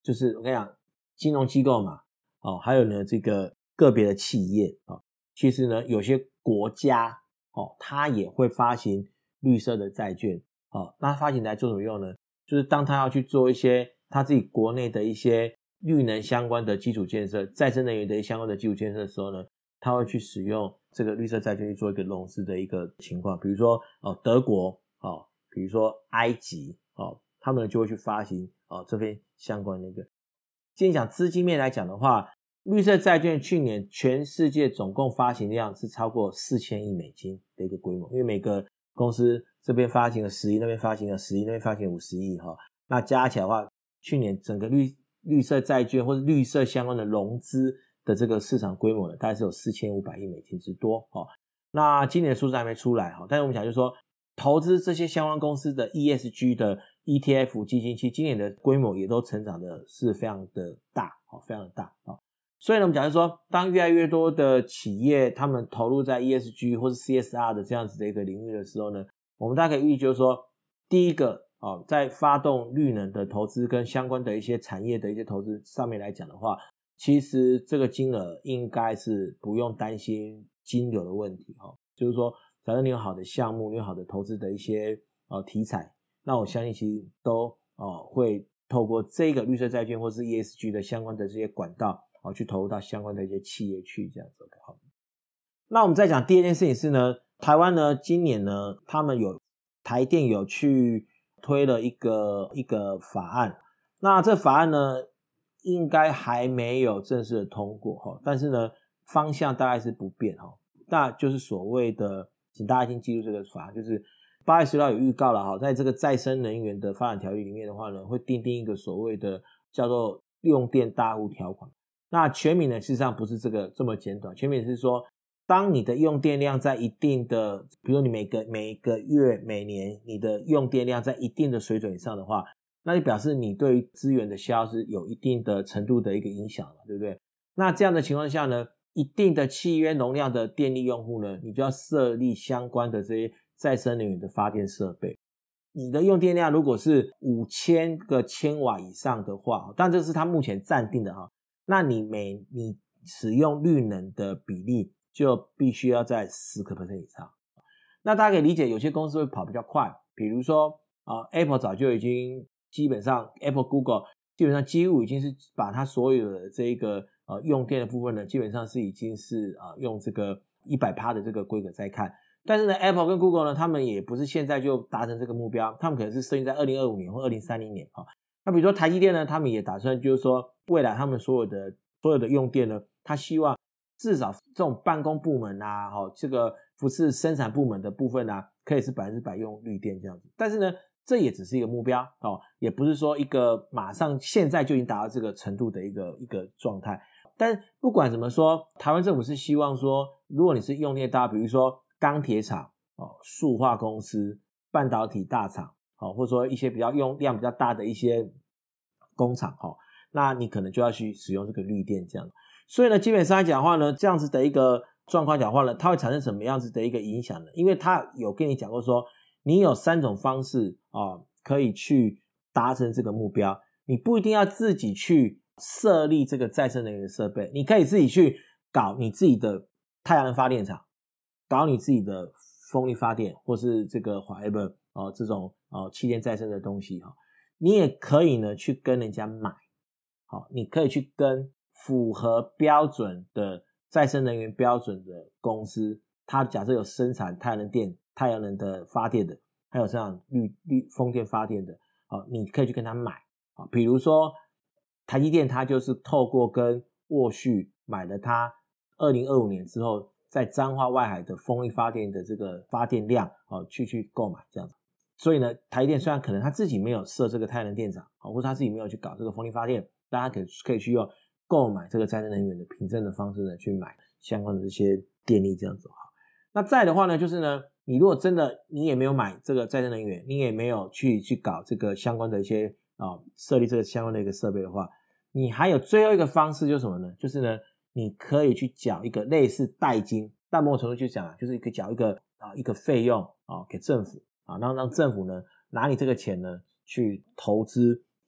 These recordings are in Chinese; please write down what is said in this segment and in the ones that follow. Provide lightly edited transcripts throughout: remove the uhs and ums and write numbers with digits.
就是我跟你讲，金融机构嘛，还有呢这个个别的企业其实呢有些国家它也会发行绿色的债券那发行来做什么用呢？就是当它要去做一些它自己国内的一些绿能相关的基础建设、再生能源的相关的基础建设的时候呢，它会去使用这个绿色债券去做一个融资的一个情况。比如说德国比如说埃及他们就会去发行这边相关的一个。今天讲资金面来讲的话，绿色债券去年全世界总共发行量是超过4000亿美金的一个规模，因为每个公司这边发行了10亿，那边发行了10亿，那边发行了50亿那加起来的话，去年整个绿色债券或者绿色相关的融资的这个市场规模呢，大概是有4500亿美金之多那今年的数字还没出来但是我们讲就是说，投资这些相关公司的 ESG 的 ETF 基金，其实今年的规模也都成长的是非常的大非常的大所以呢我们讲就是说，当越来越多的企业他们投入在 ESG 或是 CSR 的这样子的一个领域的时候呢，我们大概可以预计就是说，第一个在发动绿能的投资跟相关的一些产业的一些投资上面来讲的话，其实这个金额应该是不用担心金流的问题就是说假如你有好的项目，你有好的投资的一些题材，那我相信其实都会透过这个绿色债券或是 ESG 的相关的这些管道去投入到相关的一些企业去这样子那我们再讲第二件事情是呢，台湾呢今年呢他们台电有去推了一个法案，那这法案呢应该还没有正式的通过但是呢方向大概是不变那就是所谓的，请大家先记住这个法案，就是8月10号有预告了在这个再生能源的发展条例里面的话呢，会订定一个所谓的叫做用电大户条款。那全名呢事实上不是这么简短，全名是说当你的用电量在一定的，比如说你每个月每年你的用电量在一定的水准以上的话，那就表示你对于资源的消耗是有一定的程度的一个影响了，对不对？那这样的情况下呢，一定的契约容量的电力用户呢，你就要设立相关的这些再生能源的发电设备。你的用电量如果是5000个千瓦以上的话，但这是它目前暂定的那你使用绿能的比例就必须要在10% 以上。那大家可以理解，有些公司会跑比较快，比如说Apple 早就已经基本上 Apple、Google 基本上几乎已经是把它所有的这个用电的部分呢，基本上是已经是用这个 100% 的这个规格在看。但是呢 Apple 跟 Google 呢，他们也不是现在就达成这个目标，他们可能是设定在2025年或2030年那比如说台积电呢，他们也打算就是说未来他们所有的用电呢，他希望至少这种办公部门这个不是生产部门的部分可以是100%用绿电这样子。但是呢这也只是一个目标也不是说一个马上现在就已经达到这个程度的一个状态。但不管怎么说，台湾政府是希望说，如果你是用电大，比如说钢铁厂塑化公司、半导体大厂或者说一些比较用量比较大的一些工厂那你可能就要去使用这个绿电这样。所以呢基本上来讲的话呢，这样子的一个状况讲话呢，它会产生什么样子的一个影响呢？因为它有跟你讲过说，你有3种方式可以去达成这个目标。你不一定要自己去设立这个再生能源的设备，你可以自己去搞你自己的太阳能发电厂，搞你自己的风力发电，或是这个 whatever 这种气电再生的东西你也可以呢去跟人家买你可以去跟符合标准的再生能源标准的公司，它假设有生产太阳能的发电的，还有这样风电发电的你可以去跟他买比如说台积电它就是透过跟沃旭买了它2025年之后在彰化外海的风力发电的这个发电量去购买这样子。所以呢台积电虽然可能他自己没有设这个太阳能电厂或者他自己没有去搞这个风力发电，但他可以去用购买这个再生能源的凭证的方式呢去买相关的这些电力这样子那再的话呢就是呢，你如果真的你也没有买这个再生能源，你也没有去搞这个相关的一些设立这个相关的一个设备的话，你还有最后一个方式就是什么呢？就是呢你可以去缴一个类似代金，但某种程度去讲就是可以缴一个费用给政府然后让政府呢拿你这个钱呢去投资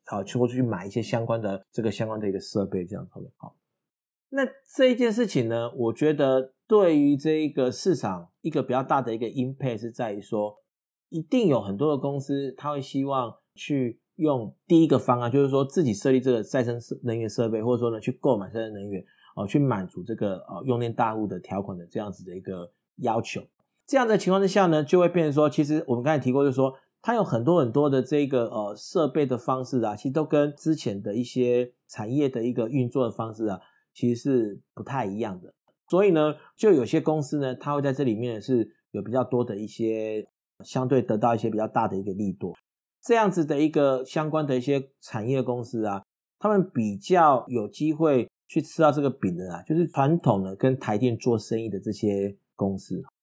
去买一些相关的一个设备这样子。好，那这一件事情呢，我觉得对于这一个市场一个比较大的一个 impact 是在于说，一定有很多的公司他会希望去用第一个方案，就是说自己设立这个再生能源设备，或者说呢去购买再生能源去满足这个用电大户的条款的这样子的一个要求。这样的情况之下呢，就会变成说，其实我们刚才提过，就是说它有很多的这个设备的方式啊，其实都跟之前的一些产业的一个运作的方式啊，其实是不太一样的。所以呢，就有些公司呢，它会在这里面是有比较多的一些相对得到一些比较大的一个利多。这样子的一个相关的一些产业公司啊，他们比较有机会去吃到这个饼的啊，就是传统的跟台电做生意的这些公司。